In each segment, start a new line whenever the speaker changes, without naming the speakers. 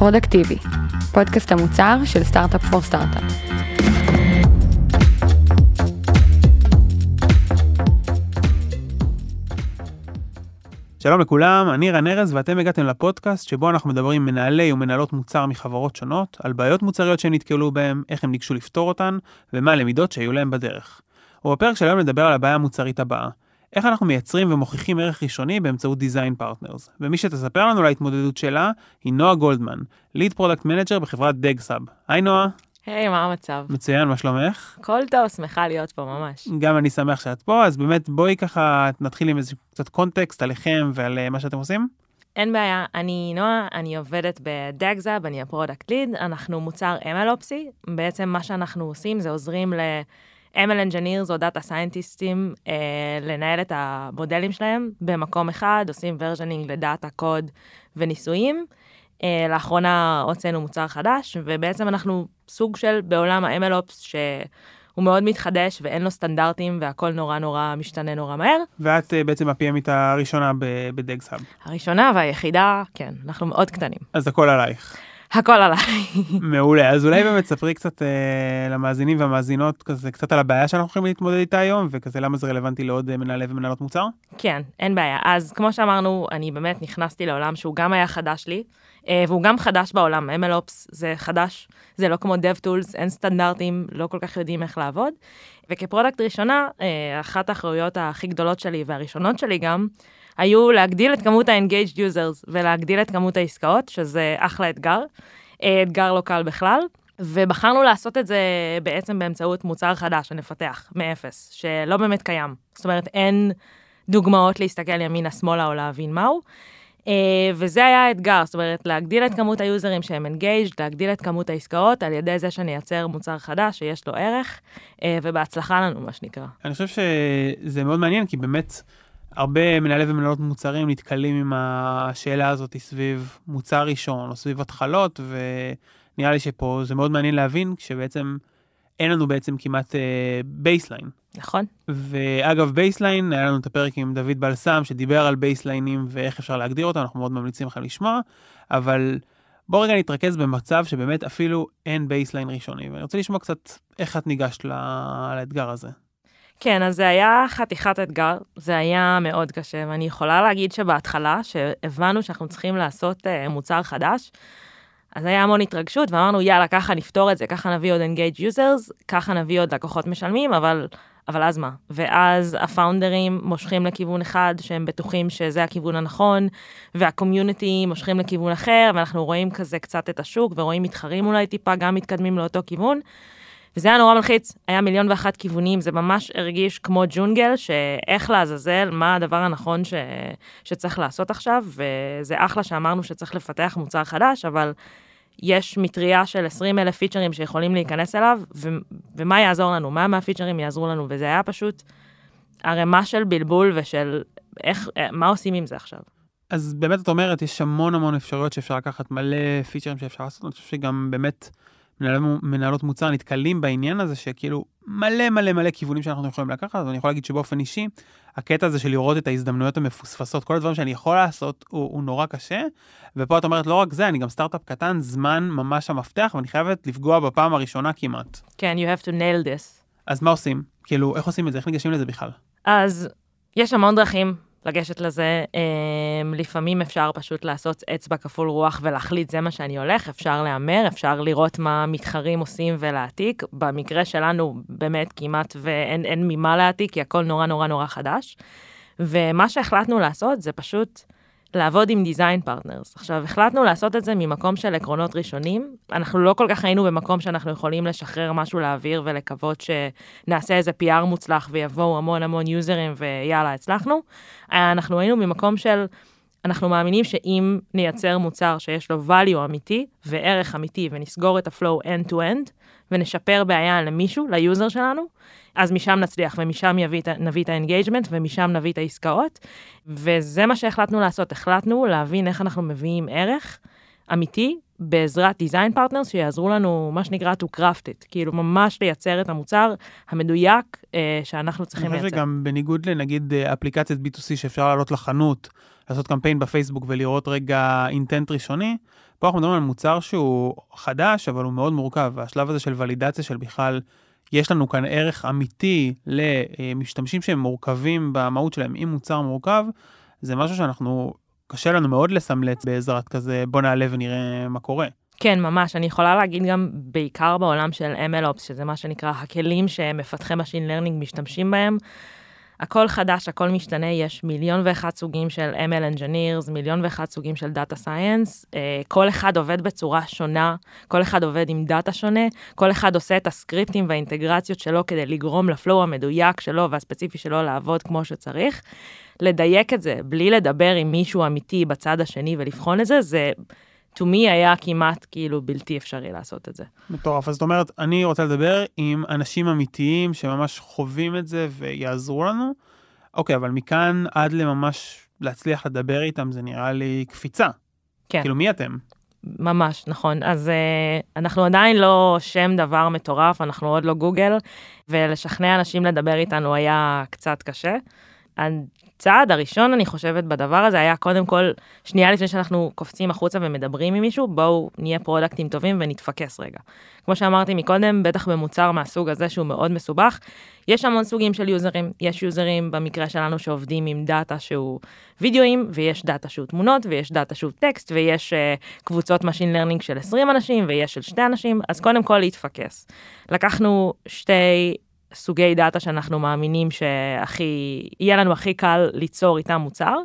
פרודקטיבי, פודקאסט המוצר של סטארט-אפ פור סטארט-אפ.
שלום לכולם, אני רן ארז ואתם הגעתם לפודקאסט שבו אנחנו מדברים עם מנהלי ומנהלות מוצר מחברות שונות, על בעיות מוצריות שהם נתקלו בהם, איך הם ניגשו לפתור אותן, ומה הלמידות שהיו להם בדרך. ובפרק של היום נדבר על הבעיה המוצרית הבאה. איך אנחנו מייצרים ומוכיחים ערך ראשוני באמצעות דיזיין פרטנרס. ומי שתספר לנו על ההתמודדות שלה היא נועה גולדמן, ליד פרודקט מנג'ר בחברת דגסאב. היי נועה.
היי, מה המצב?
מצוין, מה שלומך?
הכל טוב, שמחה להיות פה ממש.
גם אני שמח שאת פה, אז באמת בואי ככה נתחיל עם איזה קצת קונטקסט עליכם ועל מה שאתם עושים.
אין בעיה, אני נועה, אני עובדת בדגסאב, אני הפרודקט ליד, אנחנו מוצר MLOps, בעצם מה שאנחנו עושים זה עוזרים ל-ML Engineers או Data Scientists לנהל את המודלים שלהם במקום אחד, עושים versioning לדאטה, קוד וניסויים. לאחרונה הוצאנו מוצר חדש, ובעצם אנחנו סוג של בעולם ה-MLOps שהוא מאוד מתחדש ואין לו סטנדרטים והכל נורא נורא משתנה נורא מהר.
ואת בעצם ה-PMית הראשונה בדגסאב.
הראשונה והיחידה, כן, אנחנו מאוד קטנים.
אז הכל עלייך.
הכל עליי.
מעולה, אז אולי באמת ספרי קצת למאזינים והמאזינות כזה, קצת על הבעיה שאנחנו יכולים להתמודד איתה היום, וכזה למה זה רלוונטי לעוד מנהלי ומנהלות מוצר?
כן, אין בעיה. אז כמו שאמרנו, אני באמת נכנסתי לעולם שהוא גם היה חדש לי, והוא גם חדש בעולם. MLOps זה חדש, זה לא כמו DevTools, אין סטנדרטים, לא כל כך יודעים איך לעבוד. וכפרודקט ראשונה, אחת האחרויות הכי גדולות שלי והראשונות שלי גם, היו להגדיל את כמות ה-engaged users ולהגדיל את כמות העסקאות, שזה אחלה אתגר, אתגר לא קל בכלל, ובחרנו לעשות את זה בעצם באמצעות מוצר חדש שנפתח מאפס, שלא באמת קיים. זאת אומרת, אין דוגמאות להסתכל ימינה שמאלה או להבין מהו, וזה היה האתגר, זאת אומרת, להגדיל את כמות היוזרים שהם engaged, להגדיל את כמות העסקאות על ידי זה שנייצר מוצר חדש שיש לו ערך, ובהצלחה לנו, מה שנקרא.
אני חושב שזה מאוד מעניין, כי באמת הרבה מנהלי ומנהלות מוצרים נתקלים עם השאלה הזאת סביב מוצר ראשון, או סביב התחלות, ונראה לי שפה זה מאוד מעניין להבין, שבעצם אין לנו בעצם כמעט בייסליין.
נכון.
ואגב, בייסליין, היה לנו את הפרק עם דוד בלסם, שדיבר על בייסליינים ואיך אפשר להגדיר אותם, אנחנו מאוד ממליצים לכם לשמוע, אבל בואו רגע נתרכז במצב שבאמת אפילו אין בייסליין ראשוני, ואני רוצה לשמוע קצת איך את ניגשת לאתגר הזה.
כן, אז זה היה חתיכת אתגר, זה היה מאוד קשה, ואני יכולה להגיד שבהתחלה, שהבנו שאנחנו צריכים לעשות מוצר חדש, אז היה המון התרגשות, ואמרנו, יאללה, ככה נפתור את זה, ככה נביא עוד engaged users, ככה נביא עוד לקוחות משלמים, אבל אז מה? ואז הפאונדרים מושכים לכיוון אחד, שהם בטוחים שזה הכיוון הנכון, והקומיוניטי מושכים לכיוון אחר, ואנחנו רואים כזה קצת את השוק, ורואים מתחרים אולי טיפה, גם מתקדמים לאותו כיוון, וזה היה נורא מלחיץ, היה 1,000,001 כיוונים, זה ממש הרגיש כמו ג'ונגל, שאיך לעזאזל, מה הדבר הנכון שצריך לעשות עכשיו, וזה אחלה שאמרנו שצריך לפתח מוצר חדש, אבל יש מטריה של 20,000 פיצ'רים שיכולים להיכנס אליו, ומה יעזור לנו, מה מהפיצ'רים יעזרו לנו, וזה היה פשוט הרמה של בלבול ושל מה עושים עם זה עכשיו.
אז באמת את אומרת, יש המון אפשרויות שאפשר לקחת, מלא פיצ'רים שאפשר לעשות, אני חושב שגם באמת מנהלות מוצר נתקלים בעניין הזה, שכאילו מלא כיוונים שאנחנו יכולים לקחת, ואני יכול להגיד שבאופן אישי, הקטע הזה של לראות את ההזדמנויות המפוספסות, כל הדברים שאני יכול לעשות, הוא נורא קשה, ופה את אומרת, לא רק זה, אני גם סטארט-אפ קטן, זמן ממש המפתח, ואני חייבת לפגוע בפעם הראשונה כמעט.
כן, you have to nail this.
אז מה עושים? כאילו, איך עושים את זה? איך ניגשים לזה בכלל?
אז יש המון דרכים לגשת לזה, לפעמים אפשר פשוט לעשות אצבע כפול רוח ולהחליט זה מה שאני הולך, אפשר לאמר, אפשר לראות מה מתחרים עושים ולהעתיק, במקרה שלנו באמת כמעט ואין ממה להעתיק, כי הכל נורא חדש, ומה שהחלטנו לעשות זה פשוט לעבוד עם דיזיין פרטנרס. עכשיו, החלטנו לעשות את זה ממקום של עקרונות ראשונים, אנחנו לא כל כך היינו במקום שאנחנו יכולים לשחרר משהו לאוויר ולקוות שנעשה איזה PR מוצלח ויבואו המון יוזרים ויאללה, הצלחנו. אנחנו היינו ממקום של, אנחנו מאמינים שאם נייצר מוצר שיש לו value אמיתי וערך אמיתי ונסגור את הפלואו end to end ונשפר בעיה למישהו, ליוזר שלנו, אז משם נצליח, ומשם נביא את האנגייג'מנט, ומשם נביא את העסקאות, וזה מה שהחלטנו לעשות. החלטנו להבין איך אנחנו מביאים ערך אמיתי בעזרת דיזיין פרטנרס שיעזרו לנו, מה שנקרא to craft it, כאילו ממש לייצר את המוצר המדויק שאנחנו צריכים לייצר.
אני חושב שגם בניגוד לנגיד אפליקציית B2C שאפשר לעלות לחנות, לעשות קמפיין בפייסבוק ולראות רגע אינטנט ראשוני, פה אנחנו מדברים על מוצר שהוא חדש, אבל הוא מאוד מורכב, והשלב הזה של ולידציה של בכלל, יש לנו כאן ערך אמיתי למשתמשים שהם מורכבים במהות שלהם עם מוצר מורכב, זה משהו שאנחנו, קשה לנו מאוד לסמלץ בעזרת כזה, בוא נעלה ונראה מה קורה.
כן, ממש. אני יכולה להגיד גם בעיקר בעולם של MLOps, שזה מה שנקרא הכלים שמפתחי Machine Learning משתמשים בהם. הכל חדש, הכל משתנה, יש 1,001,000 סוגים של ML Engineers, 1,001,000 סוגים של Data Science, כל אחד עובד בצורה שונה, כל אחד עובד עם דאטה שונה, כל אחד עושה את הסקריפטים והאינטגרציות שלו כדי לגרום לפלואו המדויק שלו והספציפי שלו לעבוד כמו שצריך. לדייק את זה, בלי לדבר עם מישהו אמיתי בצד השני ולבחון את זה, זה to me היה כמעט כאילו בלתי אפשרי לעשות את זה.
מטורף, אז זאת אומרת, אני רוצה לדבר עם אנשים אמיתיים שממש חווים את זה ויעזרו לנו. אוקיי, אבל מכאן עד לממש להצליח לדבר איתם, זה נראה לי קפיצה.
כן.
כאילו, מי אתם?
ממש, נכון. אז אנחנו עדיין לא שם דבר מטורף, אנחנו עוד לא גוגל, ולשכנע אנשים לדבר איתנו היה קצת קשה. הצעד הראשון, אני חושבת, בדבר הזה היה קודם כל, שנייה לפני שאנחנו קופצים החוצה ומדברים עם מישהו, בואו נהיה פרודקטים טובים ונתפקס רגע. כמו שאמרתי מקודם, בטח במוצר מהסוג הזה שהוא מאוד מסובך, יש המון סוגים של יוזרים. יש יוזרים במקרה שלנו שעובדים עם דאטה שהוא וידאוים, ויש דאטה שהוא תמונות, ויש דאטה שהוא טקסט, ויש קבוצות Machine Learning של 20 אנשים, ויש של 2 אנשים, אז קודם כל להתפקס. לקחנו שתי סוגי דאטה שאנחנו מאמינים יהיה לנו הכי קל ליצור איתם מוצר.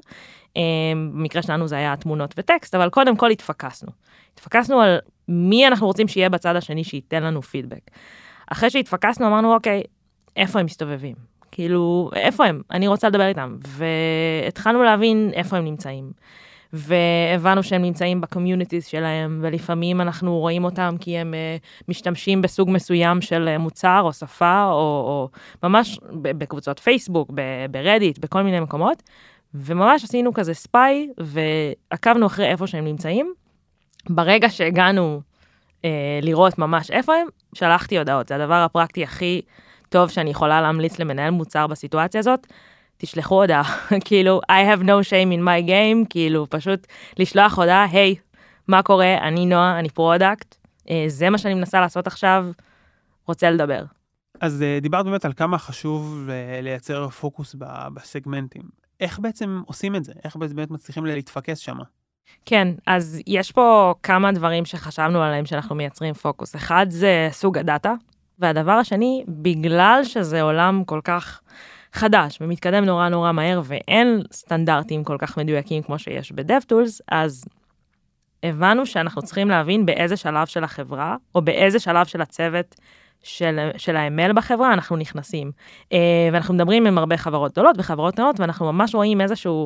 במקרה שלנו זה היה תמונות וטקסט, אבל קודם כל התפקסנו. התפקסנו על מי אנחנו רוצים שיהיה בצד השני שייתן לנו פידבק. אחרי שהתפקסנו אמרנו, אוקיי, איפה הם מסתובבים? כאילו, איפה הם? אני רוצה לדבר איתם. והתחלנו להבין איפה הם נמצאים. והבנו שהם נמצאים בקומיוניטיז שלהם, ולפעמים אנחנו רואים אותם כי הם משתמשים בסוג מסוים של מוצר או שפה, או ממש בקבוצות פייסבוק, ברדיט, בכל מיני מקומות, וממש עשינו כזה ספיי, ועקבנו אחרי איפה שהם נמצאים. ברגע שהגענו לראות ממש איפה הם, שלחתי הודעות. זה הדבר הפרקטי הכי טוב שאני יכולה להמליץ למנהל מוצר בסיטואציה הזאת, תשלחו הודעה, כאילו, I have no shame in my game, כאילו, פשוט לשלוח הודעה, היי, מה קורה? אני נועה, אני פרודקט, זה מה שאני מנסה לעשות עכשיו, רוצה לדבר.
אז דיברת באמת על כמה חשוב לייצר פוקוס בסגמנטים. איך בעצם עושים את זה? איך באמת מצליחים להתפקס שמה?
כן, אז יש פה כמה דברים שחשבנו עליהם שאנחנו מייצרים פוקוס. אחד זה סוג הדאטה, והדבר השני, בגלל שזה עולם כל כך חדש ומתקדם נורא נורא מהר, ואין סטנדרטים כל כך מדויקים כמו שיש ב-DevTools, אז הבנו שאנחנו צריכים להבין באיזה שלב של החברה, או באיזה שלב של הצוות של ה-ML בחברה, אנחנו נכנסים. ואנחנו מדברים עם הרבה חברות גדולות וחברות קטנות, ואנחנו ממש רואים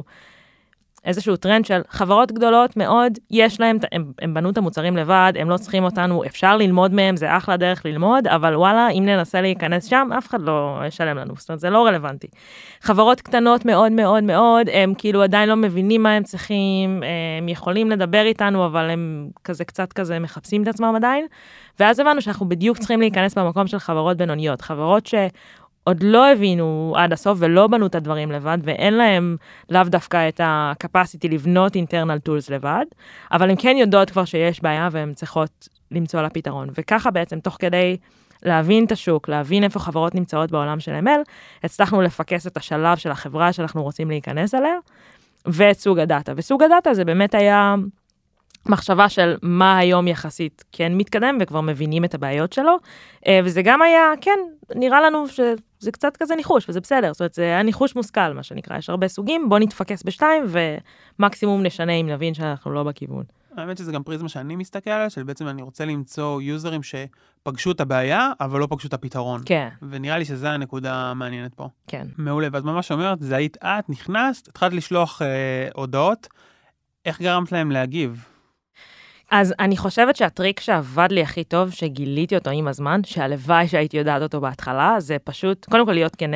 איזשהו טרנד של חברות גדולות מאוד, יש להם, הם בנו את המוצרים לבד, הם לא צריכים אותנו, אפשר ללמוד מהם, זה אחלה דרך ללמוד, אבל וואלה, אם ננסה להיכנס שם, אף אחד לא ישלם לנו, זאת אומרת, זה לא רלוונטי. חברות קטנות מאוד מאוד מאוד, הם כאילו עדיין לא מבינים מה הם צריכים, הם יכולים לדבר איתנו, אבל הם קצת כזה מחפשים את עצמם עדיין, ואז הבנו שאנחנו בדיוק צריכים להיכנס במקום של חברות בינוניות, חברות עוד לא הבינו עד הסוף ולא בנו את הדברים לבד, ואין להם לאו דווקא את ה-capacity לבנות internal tools לבד, אבל הם כן יודעות כבר שיש בעיה והן צריכות למצוא לה פתרון. וככה בעצם תוך כדי להבין את השוק, להבין איפה חברות נמצאות בעולם של ML, הצלחנו לפקס את השלב של החברה שאנחנו רוצים להיכנס אליה, ואת סוג הדאטה. וסוג הדאטה זה באמת היה מחשבה של מה היום יחסית כן מתקדם, וכבר מבינים את הבעיות שלו, וזה גם היה, כן, נראה לנו שזה קצת כזה ניחוש, וזה בסדר, זאת אומרת, זה היה ניחוש מושכל, מה שנקרא, יש הרבה סוגים, בוא נתפקס בשתיים, ומקסימום נשנה אם נבין שאנחנו לא בכיוון.
האמת שזה גם פריזמה שאני מסתכל עליה, של בעצם אני רוצה למצוא יוזרים שפגשו את הבעיה, אבל לא פגשו את הפתרון.
כן.
ונראה לי שזה הנקודה המעניינת פה.
כן.
מעולה, ואת ממש אומרת, זה היית את, נכנסת, התחלת לשלוח הודעות, איך גרמת להם להגיב?
אז אני חושבת שהטריק שעבד לי הכי טוב, שגיליתי אותו עם הזמן, שהלוואי שהייתי יודעת אותו בהתחלה, זה פשוט, קודם כל להיות כנה,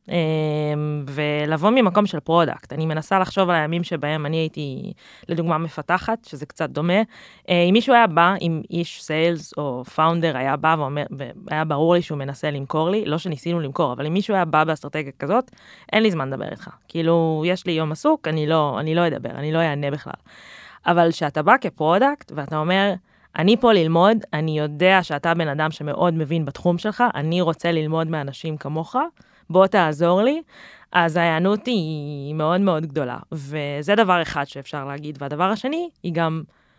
ולבוא ממקום של פרודקט. אני מנסה לחשוב על הימים שבהם אני הייתי, לדוגמה, מפתחת, שזה קצת דומה. אם מישהו היה בא, אם איש סיילס או פאונדר היה בא והיה ברור לי שהוא מנסה למכור לי, לא שניסינו למכור, אבל אם מישהו היה בא באסטרטגיה כזאת, אין לי זמן לדבר איתך. כאילו, יש לי יום עסוק, אני לא אדבר, אני לא אענה בכלל. אבל שאתה בא כפרודקט ואתה אומר, אני פה ללמוד, אני יודע שאתה בן אדם שמאוד מבין בתחום שלך, אני רוצה ללמוד מאנשים כמוך, בוא תעזור לי, אז ההיענות היא מאוד מאוד גדולה. וזה דבר אחד שאפשר להגיד. והדבר השני, היא גם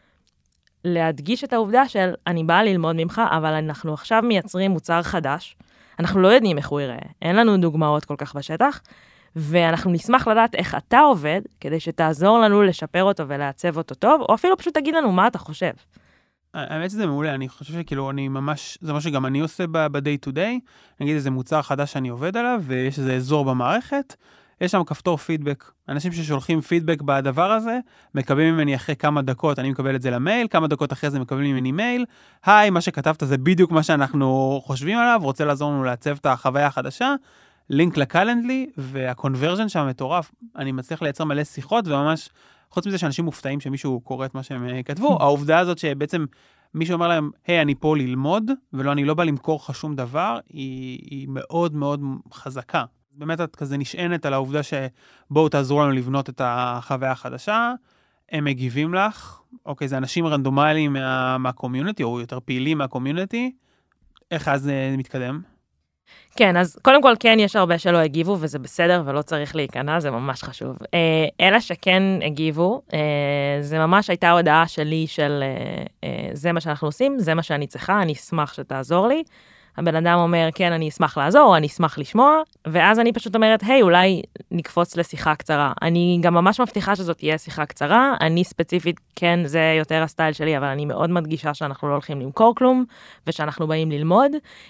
להדגיש את העובדה של אני באה ללמוד ממך, אבל אנחנו עכשיו מייצרים מוצר חדש, אנחנו לא יודעים איך הוא יראה, אין לנו דוגמאות כל כך בשטח, ואנחנו נשמח לדעת איך אתה עובד, כדי שתעזור לנו לשפר אותו ולעצב אותו טוב, או אפילו פשוט תגיד לנו מה אתה חושב.
האמת שזה מעולה, אני חושב שכאילו אני ממש, זה מה שגם אני עושה ב-day to day, נגיד איזה מוצר חדש שאני עובד עליו, ויש איזה אזור במערכת, יש שם כפתור פידבק. אנשים ששולחים פידבק בדבר הזה, מקבלים ממני אחרי כמה דקות, אני מקבל את זה למייל, כמה דקות אחרי זה מקבלים ממני מייל, היי, מה שכתבת זה בדיוק מה שאנחנו חושבים עליו, רוצה לעזור לנו לעצב את החוויה החדשה, לינק לקלנדלי, והקונברז'ן שם מטורף, אני מצליח לייצר מלא שיחות, וממש, חוץ מזה שאנשים מופתעים שמישהו קורא את מה שהם כתבו, העובדה הזאת שבעצם מישהו אומר להם, היי, אני פה ללמוד, אני לא בא למכור לך שום דבר, היא מאוד מאוד חזקה. באמת את כזה נשענת על העובדה שבואו תעזרו לנו לבנות את החוויה החדשה, הם מגיבים לך, אוקיי, זה אנשים רנדומליים מהקומיוניטי, או יותר פעילים מהקומיוניטי, איך אז זה מתקדם?
כן, אז קודם כל כן, יש הרבה שלא הגיבו, וזה בסדר, ולא צריך להיכנע, זה ממש חשוב. אלה שכן הגיבו, זה ממש הייתה הודעה שלי של זה מה שאנחנו עושים, זה מה שאני צריכה, אני אשמח שתעזור לי. הבן אדם אומר, כן, אני אשמח לעזור, אני אשמח לשמוע, ואז אני פשוט אומרת, היי, אולי נקפוץ לשיחה קצרה. אני גם ממש מבטיחה שזאת תהיה שיחה קצרה, אני ספציפית, כן, זה יותר הסטייל שלי, אבל אני מאוד מדגישה שאנחנו לא הולכים למכור כלום, ושאנחנו באים ללמוד,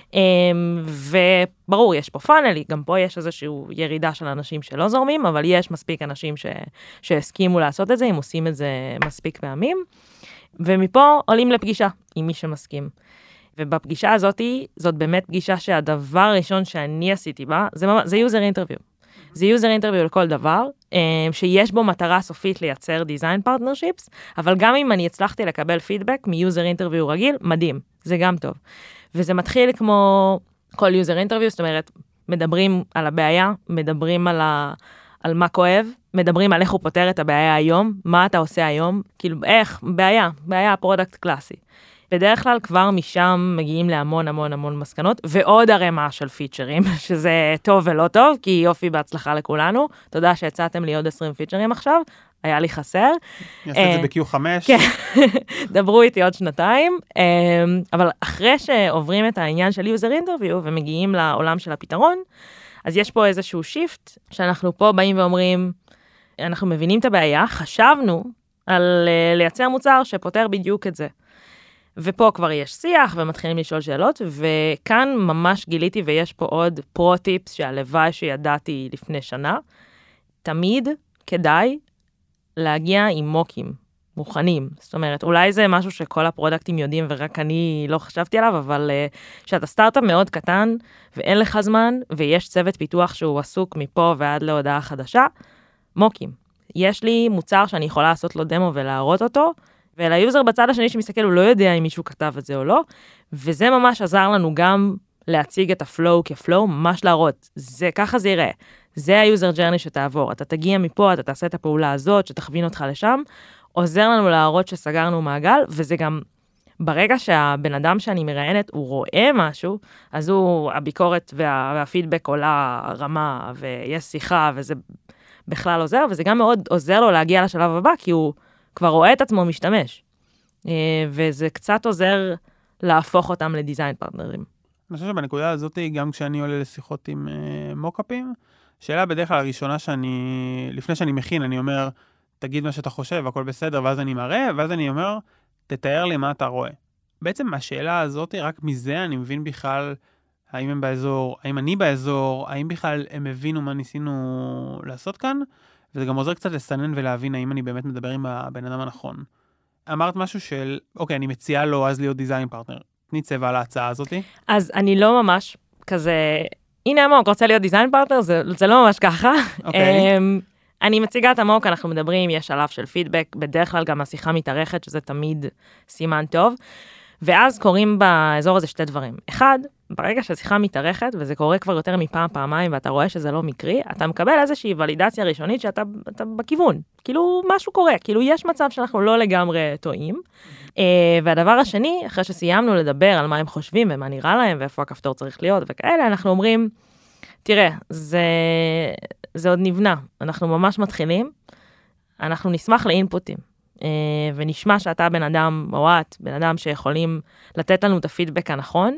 וברור, יש פה פאנל, גם פה יש איזושהי ירידה של אנשים שלא זורמים, אבל יש מספיק אנשים שהסכימו לעשות את זה, הם עושים את זה מספיק פעמים, ומפה עולים לפגישה עם מי שמסכים. ובפגישה הזאת, זאת באמת פגישה שהדבר הראשון שאני עשיתי בה, זה יוזר אינטרוויו. זה יוזר אינטרוויו לכל דבר, שיש בו מטרה סופית לייצר דיזיין פרטנרשיפס, אבל גם אם אני הצלחתי לקבל פידבק מיוזר אינטרוויו רגיל, מדהים, זה גם טוב. וזה מתחיל כמו כל יוזר אינטרוויו, זאת אומרת, מדברים על הבעיה, מדברים על מה כואב, מדברים על איך הוא פותר את הבעיה היום, מה אתה עושה היום, כאילו איך, בעיה פרודקט קלאסי. בדרך כלל כבר משם מגיעים להמון המון המון מסקנות, ועוד הרמה של פיצ'רים, שזה טוב ולא טוב, כי יופי בהצלחה לכולנו. תודה שהצעתם לי עוד 20 פיצ'רים עכשיו, היה לי חסר.
יעשה את זה ב-Q5.
כן, דברו איתי עוד שנתיים, אבל אחרי שעוברים את העניין של יוזר אינטרוויו, ומגיעים לעולם של הפתרון, אז יש פה איזשהו שיפט, שאנחנו פה באים ואומרים, אנחנו מבינים את הבעיה, חשבנו על לייצר מוצר שפותר בדיוק את זה. ופה כבר יש שיח ומתחילים לשאול שאלות, וכאן ממש גיליתי, ויש פה עוד פרו-טיפס שהלוואי שידעתי לפני שנה, תמיד כדאי להגיע עם מוקים מוכנים. זאת אומרת, אולי זה משהו שכל הפרודקטים יודעים, ורק אני לא חשבתי עליו, אבל שאתה סטארט-אפ מאוד קטן, ואין לך זמן, ויש צוות פיתוח שהוא עסוק מפה ועד להודעה חדשה, מוקים. יש לי מוצר שאני יכולה לעשות לו דמו ולהראות אותו, וליוזר בצד השני שמסתכל, הוא לא יודע אם מישהו כתב את זה או לא, וזה ממש עזר לנו גם להציג את הפלואו כפלואו, ממש להראות, ככה זה יראה, זה היוזר ג'רני שתעבור, אתה תגיע מפה, אתה תעשה את הפעולה הזאת, שתכווין אותך לשם, עוזר לנו להראות שסגרנו מעגל, וזה גם, ברגע שהבן אדם שאני מראיינת, הוא רואה משהו, אז הביקורת והפידבק עולה רמה, ויש שיחה, וזה בכלל עוזר, וזה גם מאוד עוזר לו להגיע לשלב הבא, כי הוא כבר רואה את עצמו משתמש, וזה קצת עוזר להפוך אותם לדיזיין פרטנרים.
אני חושב שבנקודה הזאת, גם כשאני עולה לשיחות עם מוקאפים, שאלה בדרך כלל הראשונה לפני שאני מכין, אני אומר, תגיד מה שאתה חושב, הכל בסדר, ואז אני מראה, ואז אני אומר, תתאר לי מה אתה רואה. בעצם השאלה הזאת, רק מזה אני מבין בכלל, האם הם באזור, האם אני באזור, האם בכלל הם הבינו מה ניסינו לעשות כאן, וזה גם עוזר קצת לסנן ולהבין האם אני באמת מדבר עם הבן אדם הנכון. אמרת משהו של, אוקיי, אני מציעה לו אז להיות דיזיין פרטנר. תני צבע על ההצעה הזאת.
אז אני לא ממש כזה הנה המוק, רוצה להיות דיזיין פרטנר? זה לא ממש ככה.
אוקיי.
אני מציגה את המוק, אנחנו מדברים, יש שלב של פידבק, בדרך כלל גם השיחה מתארכת, שזה תמיד סימן טוב, ואז קורים באזור הזה שתי דברים. אחד, ברגע שהשיחה מתארכת, וזה קורה כבר יותר מפעם, פעמיים, ואתה רואה שזה לא מקרי, אתה מקבל איזושהי ולידציה ראשונית שאתה בכיוון. כאילו, משהו קורה, כאילו, יש מצב שאנחנו לא לגמרי טועים. והדבר השני, אחרי שסיימנו לדבר על מה הם חושבים, ומה נראה להם, ואיפה הכפתור צריך להיות, וכאלה, אנחנו אומרים, תראה, זה עוד נבנה, אנחנו ממש מתחילים, אנחנו נשמח לאינפוטים, ונשמע שאתה בן אדם, או את, בן אדם שיכולים לתת לנו את הפידבק הנכון,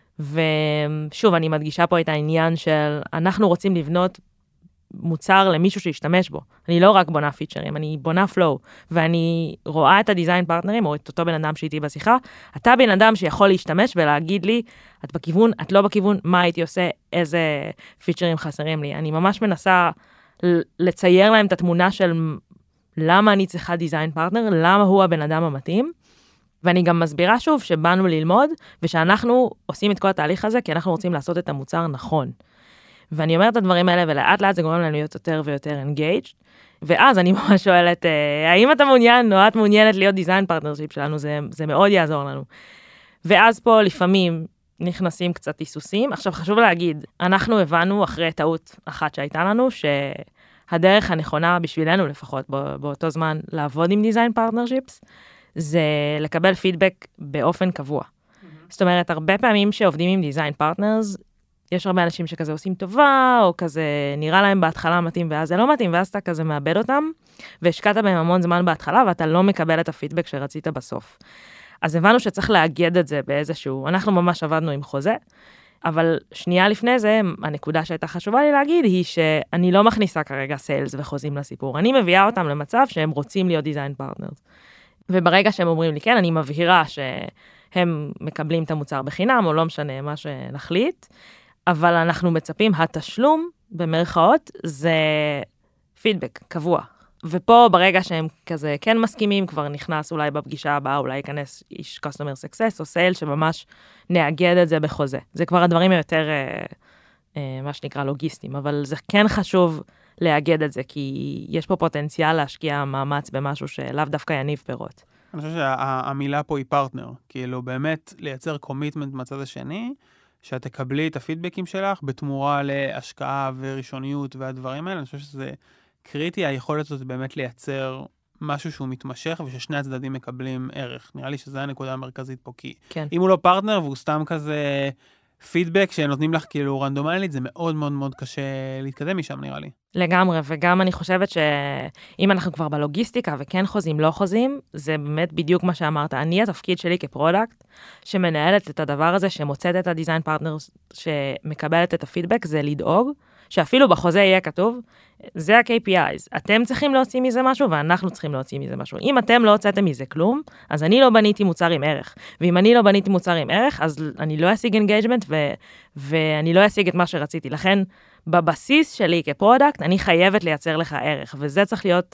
ושוב, אני מדגישה פה את העניין של, אנחנו רוצים לבנות מוצר למישהו שישתמש בו. אני לא רק בונה פיצ'רים, אני בונה פלואו, ואני רואה את הדיזיין פרטנרים, או את אותו בן אדם שאיתי בשיחה, אתה בן אדם שיכול להשתמש ולהגיד לי, את בכיוון, את לא בכיוון, מה הייתי עושה, איזה פיצ'רים חסרים לי. אני ממש מנסה לצייר להם את התמונה של למה אני צריכה דיזיין פרטנר, למה הוא הבן אדם המתאים, ואני גם מסבירה שוב שבאנו ללמוד, ושאנחנו עושים את כל התהליך הזה, כי אנחנו רוצים לעשות את המוצר נכון. ואני אומרת את הדברים האלה, ולאט לאט זה גורם לנו להיות יותר ויותר engaged, ואז אני ממש שואלת, האם אתה מעוניין או את מעוניינת להיות דיזיין פרטנרשיפ שלנו, זה מאוד יעזור לנו. ואז פה לפעמים נכנסים קצת היסוסים. עכשיו חשוב להגיד, אנחנו הבנו אחרי טעות אחת שהייתה לנו, שהדרך הנכונה בשבילנו לפחות באותו זמן לעבוד עם דיזיין פרטנרשיפס, זה לקבל פידבק באופן קבוע. זאת אומרת, הרבה פעמים שעובדים עם דיזיין פרטנרס, יש הרבה אנשים שכזה עושים טובה, או כזה נראה להם בהתחלה מתאים, ואז זה לא מתאים, ואז אתה כזה מאבד אותם, והשקעת בהם המון זמן בהתחלה, ואתה לא מקבל את הפידבק שרצית בסוף. אז הבנו שצריך להגיד את זה באיזשהו, אנחנו ממש עבדנו עם חוזה, אבל שנייה לפני זה, הנקודה שהייתה חשובה לי להגיד, היא שאני לא מכניסה כרגע סיילס וחוזים לסיפור. אני מביאה אותם למצב שהם רוצים להיות דיזיין פרטנרס. וברגע שהם אומרים לי כן, אני מבהירה שהם מקבלים את המוצר בחינם, או לא משנה מה שנחליט, אבל אנחנו מצפים, התשלום, במרכאות, זה פידבק קבוע. ופה ברגע שהם כזה כן מסכימים, כבר נכנס אולי בפגישה הבאה, אולי ייכנס איש customer success או סייל, שממש נאגד את זה בחוזה. זה כבר הדברים היותר, מה שנקרא לוגיסטיים, אבל זה כן חשוב לאגד את זה, כי יש פה פוטנציאל להשקיע מאמץ במשהו שלאו דווקא יניב פירות.
אני חושב שהמילה פה היא פרטנר, כאילו באמת לייצר קומיטמנט מהצד השני, שאת תקבלי את הפידבקים שלך בתמורה להשקעה וראשוניות והדברים האלה. אני חושב שזה קריטי, היכולת הזאת באמת לייצר משהו שהוא מתמשך וששני הצדדים מקבלים ערך. נראה לי שזו הנקודה המרכזית פה, כי
כן.
אם הוא לא פרטנר והוא סתם כזה פידבק שנותנים לך כאילו רנדומלית, זה מאוד מאוד מאוד קשה להתקדם משם נראה לי.
לגמרי, וגם אני חושבת שאם אנחנו כבר בלוגיסטיקה וכן חוזים, לא חוזים, זה באמת בדיוק מה שאמרת. אני התפקיד שלי כפרודקט, שמנהלת את הדבר הזה, שמוצאת את הדיזיין פרטנר, שמקבלת את הפידבק, זה לדאוג, שאפילו בחוזה יהיה כתוב, זה ה-KPIs. אתם צריכים להוציא מזה משהו, ואנחנו צריכים להוציא מזה משהו. אם אתם לא הוצאתם מזה כלום, אז אני לא בניתי מוצר עם ערך. ואם אני לא בניתי מוצר עם ערך, אז אני לא אשיג אינגייג'מנט, ואני לא אשיג את מה שרציתי. לכן, בבסיס שלי כפרודקט, אני חייבת לייצר לך ערך, וזה צריך להיות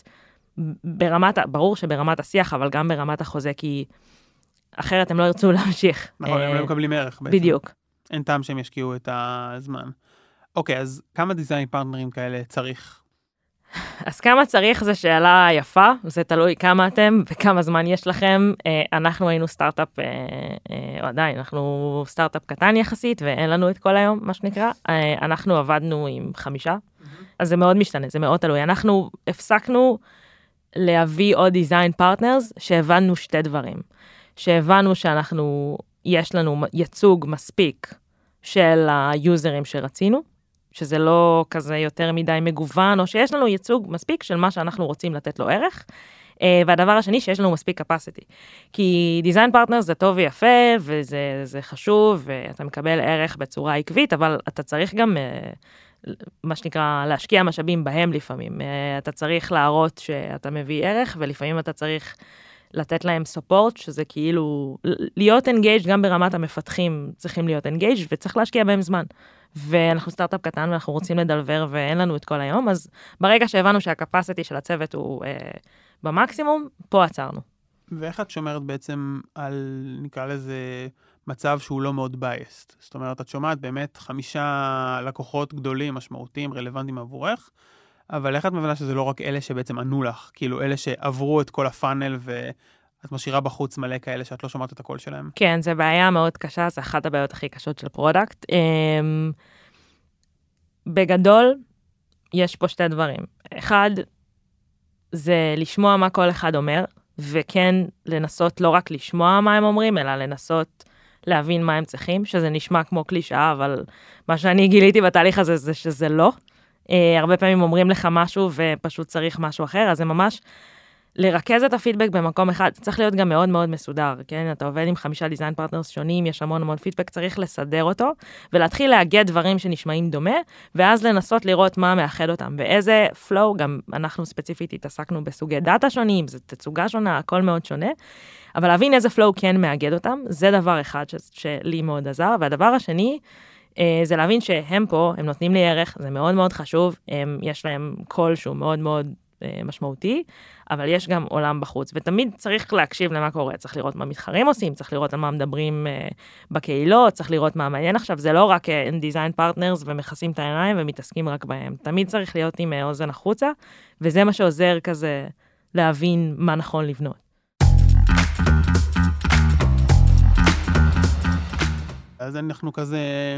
ברור שברמת השיח, אבל גם ברמת החוזה, כי אחרת הם לא ירצו להמשיך.
נכון, הם לא מקבלים ערך בעצם.
בדיוק.
אין טעם שהם ישקיעו את הזמן. אוקיי, אז כמה דיזיין פרטנרים כאלה צריך?
אז כמה צריך זו שאלה יפה, זה תלוי כמה אתם וכמה זמן יש לכם. אנחנו היינו סטארט-אפ, או עדיין, אנחנו סטארט-אפ קטן יחסית, ואין לנו את כל היום, מה שנקרא. אנחנו עבדנו עם 5, אז זה מאוד משתנה, זה מאוד תלוי. אנחנו הפסקנו להביא עוד דיזיין פרטנרס, שהבנו שתי דברים. שהבנו יש לנו ייצוג מספיק של היוזרים שרצינו, שזה לא כזה יותר מדי מגוון, או שיש לנו ייצוג מספיק של מה שאנחנו רוצים לתת לו ערך, והדבר השני, שיש לנו מספיק capacity. כי דיזיין פרטנר זה טוב ויפה, וזה חשוב, ואתה מקבל ערך בצורה עקבית, אבל אתה צריך גם, מה שנקרא, להשקיע משאבים בהם לפעמים. אתה צריך להראות שאתה מביא ערך, ולפעמים אתה צריך לתת להם support, שזה כאילו, להיות engaged גם ברמת המפתחים, צריכים להיות engaged, וצריך להשקיע בהם זמן. ואנחנו סטארט-אפ קטן, ואנחנו רוצים לדלבר, ואין לנו את כל היום, אז ברגע שהבנו שהקפסיטי של הצוות הוא במקסימום, פה עצרנו.
ואיך את שומרת בעצם על, נקרא לזה, מצב שהוא לא מאוד biased. זאת אומרת, את שומעת באמת 5 לקוחות גדולים, משמעותיים, רלוונטיים עבורך, אבל איך את מבינה שזה לא רק אלה שבעצם ענו לך, כאילו אלה שעברו את כל הפאנל ואת משאירה בחוץ מלא כאלה שאת לא שומעת את הקול שלהם?
כן, זו בעיה מאוד קשה, זו אחת הבעיות הכי קשות של פרודקט. בגדול, יש פה 2 דברים. אחד, זה לשמוע מה כל אחד אומר, וכן לנסות לא רק לשמוע מה הם אומרים, אלא לנסות להבין מה הם צריכים, שזה נשמע כמו קלישאה, אבל מה שאני גיליתי בתהליך הזה זה שזה לא. הרבה פעמים אומרים לך משהו ופשוט צריך משהו אחר, אז זה ממש לרכז את הפידבק במקום אחד, צריך להיות גם מאוד מאוד מסודר, כן? אתה עובד עם 5 דיזיין פרטנרס שונים, יש המון פידבק, צריך לסדר אותו, ולהתחיל להגיע דברים שנשמעים דומה, ואז לנסות לראות מה מאחד אותם, ואיזה flow, גם אנחנו ספציפית התעסקנו בסוגי דאטה שונים, זו תצוגה שונה, הכל מאוד שונה, אבל להבין איזה flow כן מאגד אותם, זה דבר אחד שלי מאוד עזר, והדבר השני, זה להבין שהם פה, הם נותנים לי ערך, זה מאוד מאוד חשוב, יש להם קול שהוא מאוד מאוד משמעותי, אבל יש גם עולם בחוץ, ותמיד צריך להקשיב למה קורה, צריך לראות מה מתחרים עושים, צריך לראות על מה מדברים בקהילות, צריך לראות מה מעניין עכשיו, זה לא רק דיזיין פרטנרס ומכסים את העיניים ומתעסקים רק בהם, תמיד צריך להיות עם אוזן החוצה, וזה מה שעוזר כזה להבין מה נכון לבנות.
אז אנחנו כזה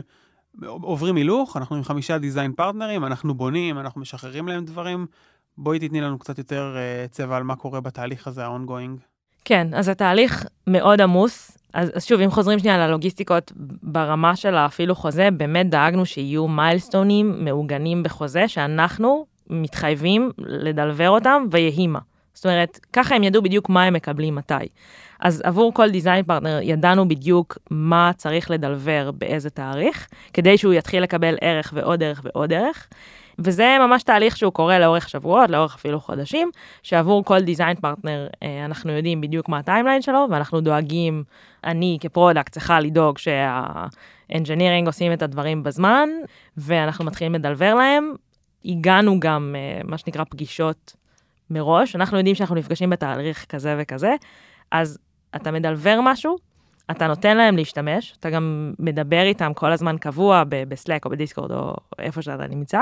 עוברים הילוך, אנחנו עם 5 דיזיין פרטנרים, אנחנו בונים, אנחנו משחררים להם דברים, בואי תתני לנו קצת יותר צבע על מה קורה בתהליך הזה, ה-ongoing.
כן, אז התהליך מאוד עמוס, אז שוב, אם חוזרים שנייה ללוגיסטיקות ברמה של אפילו חוזה, באמת דאגנו שיהיו מיילסטונים מעוגנים בחוזה, שאנחנו מתחייבים לדלבר אותם ויהימה. זאת אומרת, ככה הם ידעו בדיוק מה הם מקבלים מתי. אז עבור כל דיזיין פרטנר ידענו בדיוק מה צריך לדלבר באיזה תאריך, כדי שהוא יתחיל לקבל ערך ועוד ערך ועוד ערך, וזה ממש תהליך שהוא קורה לאורך שבועות, לאורך אפילו חודשים, שעבור כל דיזיין פרטנר אנחנו יודעים בדיוק מה הטיימליין שלו, ואנחנו דואגים, אני כפרודקט צריכה לדאוג שהאנג'ינירינג עושים את הדברים בזמן, ואנחנו מתחילים לדלבר להם. הגענו גם מה שנקרא פגישות מראש, אנחנו יודעים שאנחנו נפגשים בתהליך כזה וכזה, אז אתה מדלבר משהו, אתה נותן להם להשתמש, אתה גם מדבר איתם כל הזמן קבוע בסלק או בדיסקורד או איפה שאתה נמצא,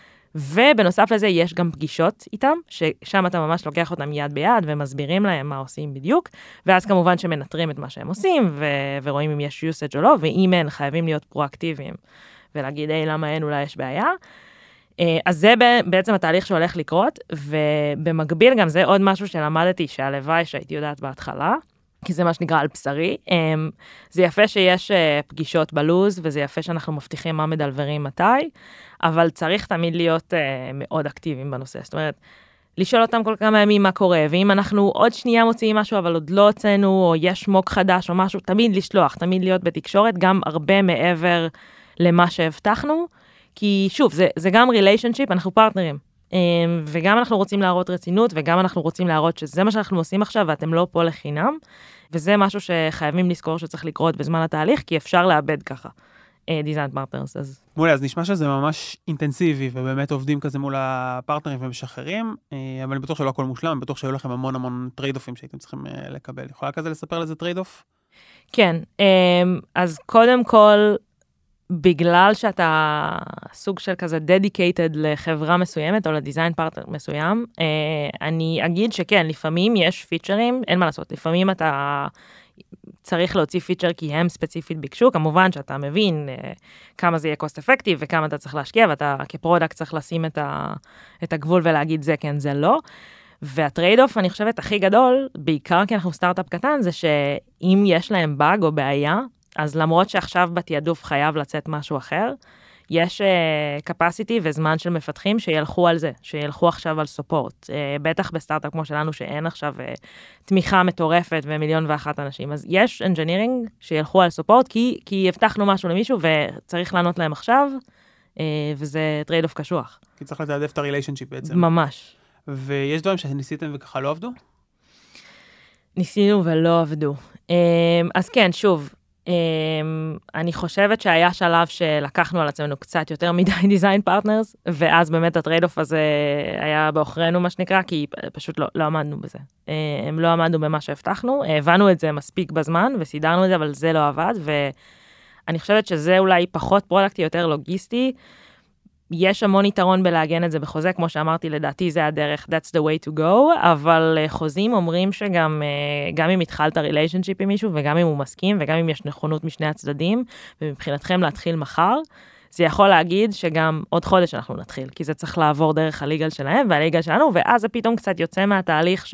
ובנוסף לזה יש גם פגישות איתם, ששם אתה ממש לוקח אותם יד ביד ומסבירים להם מה עושים בדיוק, ואז כמובן שמנטרים את מה שהם עושים, ורואים אם יש usage או לא, ואם אין, חייבים להיות פרואקטיביים, ולהגיד, למה אין, אולי יש בעיה. אז זה בעצם התהליך שהולך לקרות, ובמקביל גם זה עוד משהו שלמדתי שהלוואי שהייתי יודעת בהתחלה, כי זה מה שנקרא על בשרי. זה יפה שיש פגישות בלוז, וזה יפה שאנחנו מבטיחים מה מדלברים מתי, אבל צריך תמיד להיות מאוד אקטיביים בנושא. זאת אומרת, לשאול אותם כל כמה ימים מה קורה, ואם אנחנו עוד שנייה מוציאים משהו, אבל עוד לא הוצאנו, או יש מוק חדש או משהו, תמיד לשלוח, תמיד להיות בתקשורת, גם הרבה מעבר למה שהבטחנו, כי שוב, זה גם ריליישנשיפ, אנחנו פרטנרים. וגם אנחנו רוצים להראות רצינות, וגם אנחנו רוצים להראות שזה מה שאנחנו עושים עכשיו, ואתם לא פה לחינם, וזה משהו שחייבים לזכור שצריך לקרות בזמן התהליך, כי אפשר לאבד ככה, דיזיין פרטנרס.
מולי, אז נשמע שזה ממש אינטנסיבי, ובאמת עובדים כזה מול הפרטנרים ומשחררים, אבל אני בטוח שלא הכל מושלם, אני בטוח שהיו לכם המון טרייד-אופים שהייתם צריכים לקבל. יכולה כזה לספר לזה טרייד-אוף?
כן, אז קודם כל, בגלל שאתה סוג של כזה dedicated לחברה מסוימת, או לדיזיין פרטנר מסוים, אני אגיד שכן, לפעמים יש פיצ'רים, אין מה לעשות, לפעמים אתה צריך להוציא פיצ'ר כי הם ספציפית ביקשו, כמובן שאתה מבין כמה זה יהיה cost effective, וכמה אתה צריך להשקיע, ואתה כפרודקט צריך לשים את הגבול ולהגיד זה כן, זה לא. והטרייד אוף, אני חושבת, הכי גדול, בעיקר כי אנחנו סטארט-אפ קטן, זה שאם יש להם באג או בעיה, אז למרות שעכשיו בתיעדוף חייב לצאת משהו אחר, יש capacity וזמן של מפתחים שילכו על זה, שילכו עכשיו על סופורט. בטח בסטארט-אפ כמו שלנו, שאין עכשיו תמיכה מטורפת ו1,001,000 אנשים. אז יש engineering שילכו על סופורט, כי הבטחנו משהו למישהו וצריך לענות להם עכשיו, וזה טרייד-אוף קשוח.
כי צריך לתעדף את הריליישנשיפ בעצם.
ממש.
ויש דברים שניסיתם וככה לא עבדו?
ניסינו ולא עבדו. אז כן, שוב, אני חושבת שהיה שלב שלקחנו על עצמנו קצת יותר מדי דיזיין פרטנרס, ואז באמת הטרייד-אוף הזה היה באוכרנו, מה שנקרא, כי פשוט לא עמדנו בזה. הם לא עמדנו במה שהבטחנו, הבנו את זה מספיק בזמן, וסידרנו את זה, אבל זה לא עבד, ואני חושבת שזה אולי פחות פרודקטי, יותר לוגיסטי. יש המון יתרון בלהגן את זה בחוזה, כמו שאמרתי, לדעתי זה הדרך, that's the way to go, אבל חוזים אומרים שגם אם התחלת ריליישנשיפ עם מישהו, וגם אם הוא מסכים, וגם אם יש נכונות משני הצדדים, ומבחינתכם להתחיל מחר, זה יכול להגיד שגם עוד חודש אנחנו נתחיל, כי זה צריך לעבור דרך הליגל שלהם והליגל שלנו, ואז זה פתאום קצת יוצא מהתהליך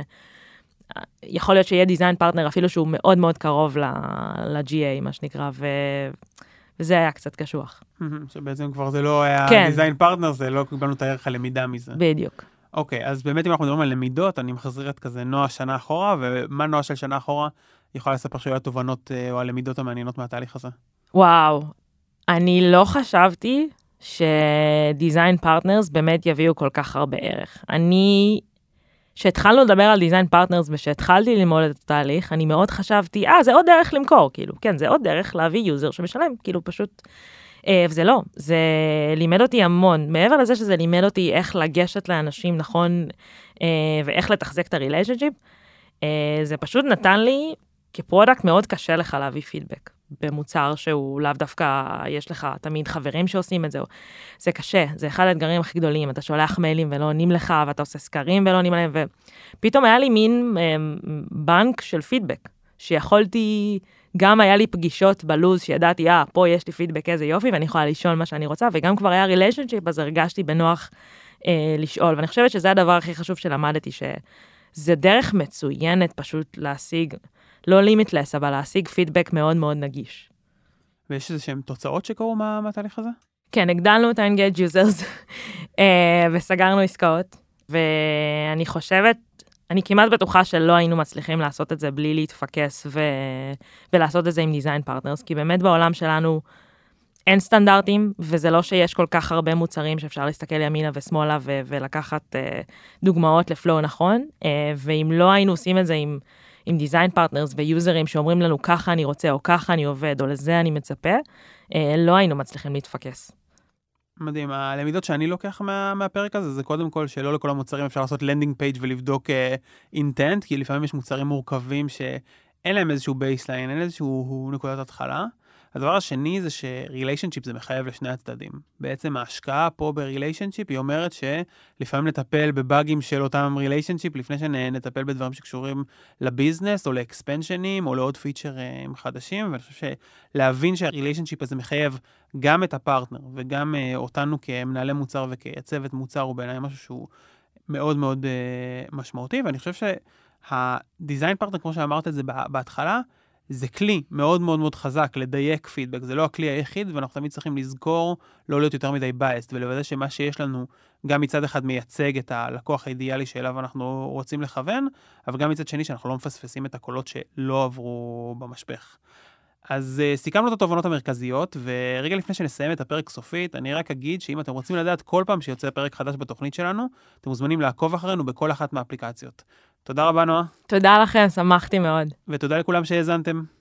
יכול להיות שיהיה דיזיין פרטנר, אפילו שהוא מאוד מאוד קרוב ל-GA, מה שנקרא, וזה היה קצת קשוח.
שבעצם כבר זה לא היה דיזיין פרטנר, זה לא קיבלנו את הערך הלמידה מזה.
בדיוק.
אוקיי, אז באמת אם אנחנו מדברים על למידות, אני מחזירת כזה נועה שנה אחורה, ומה נועה של שנה אחורה יכולה לספר שהיו התובנות או הלמידות המעניינות מהתהליך הזה?
וואו, אני לא חשבתי שדיזיין פרטנרס באמת יביאו כל כך הרבה ערך. כשהתחלנו לדבר על דיזיין פרטנרס ושהתחלתי ללמוד את התהליך, אני מאוד חשבתי, זה עוד דרך למכור, כאילו, כן, זה עוד דרך להביא יוזר שמשלם, כאילו פשוט, וזה לא, זה לימד אותי המון, מעבר לזה שזה לימד אותי איך לגשת לאנשים נכון, ואיך לתחזק את הריליישנשיפ, זה פשוט נתן לי, כפרודקט מאוד קשה לך להביא פידבק, במוצר שהוא לאו דווקא, יש לך תמיד חברים שעושים את זה, זה קשה, זה אחד האתגרים הכי גדולים, אתה שולח מיילים ולא עונים לך, ואתה עושה סקרים ולא עונים עליהם, ופתאום היה לי מין בנק של פידבק, שיכולתי, גם היה לי פגישות בלוז, שידעתי, פה יש לי פידבק, איזה יופי, ואני יכולה לשאול מה שאני רוצה, וגם כבר היה ריליישנשיפ, אז הרגשתי בנוח לשאול, ואני חושבת שזה הדבר הכי חשוב שלמדתי, שזה דרך מצוינת פשוט להשיג, לא לימיטלס, אבל להשיג פידבק מאוד מאוד נגיש.
ויש איזה שהן תוצאות שקרו מהתהליך הזה?
כן, הגדלנו את ה-engage users, וסגרנו עסקאות, ואני חושבת, אני כמעט בטוחה שלא היינו מצליחים לעשות את זה בלי להתפקס, ולעשות את זה עם דיזיין פרטנרס, כי באמת בעולם שלנו אין סטנדרטים, וזה לא שיש כל כך הרבה מוצרים שאפשר להסתכל ימינה ושמאלה, ולקחת דוגמאות לפלואו נכון, ואם לא היינו עושים את זה עם דיזיין פרטנרס ויוזרים שאומרים לנו ככה אני רוצה, או ככה אני עובד, או לזה אני מצפה, לא היינו מצליחים להתפקס.
מדהים. הלמידות שאני לוקח מהפרק הזה, זה קודם כל שלא לכל המוצרים אפשר לעשות לנדינג פייג' ולבדוק אינטנט, כי לפעמים יש מוצרים מורכבים שאין להם איזשהו בייסליין, אין איזשהו נקודת התחלה. הדבר השני זה שריליישנשיפ זה מחייב לשני הצדדים. בעצם ההשקעה פה בריליישנשיפ היא אומרת שלפעמים נטפל בבאגים של אותם ריליישנשיפ לפני שנטפל בדברים שקשורים לביזנס או לאקספנשנים או לעוד פיצ'רים חדשים, ואני חושב שלהבין שהריליישנשיפ הזה מחייב גם את הפרטנר וגם אותנו כמנהלי מוצר וכצוות מוצר הוא בעיניי משהו שהוא מאוד מאוד משמעותי, ואני חושב שהדיזיין פרטנר, כמו שאמרת את זה בהתחלה, זה כלי מאוד מאוד מאוד חזק לדייק פידבק, זה לא הכלי היחיד, ואנחנו תמיד צריכים לזכור לא להיות יותר מדי biased, ולוודא שמה שיש לנו גם מצד אחד מייצג את הלקוח האידיאלי שאליו אנחנו רוצים לכוון, אבל גם מצד שני שאנחנו לא מפספסים את הקולות שלא עברו במשפך. אז סיכמנו את התובנות המרכזיות, ורגע לפני שנסיים את הפרק סופית, אני רק אגיד שאם אתם רוצים לדעת כל פעם שיוצא פרק חדש בתוכנית שלנו, אתם מוזמנים לעקוב אחרינו בכל אחת מהאפליקציות. תודה רבה, נועה.
תודה לכם, שמחתי מאוד.
ותודה לכולם שהאזנתם.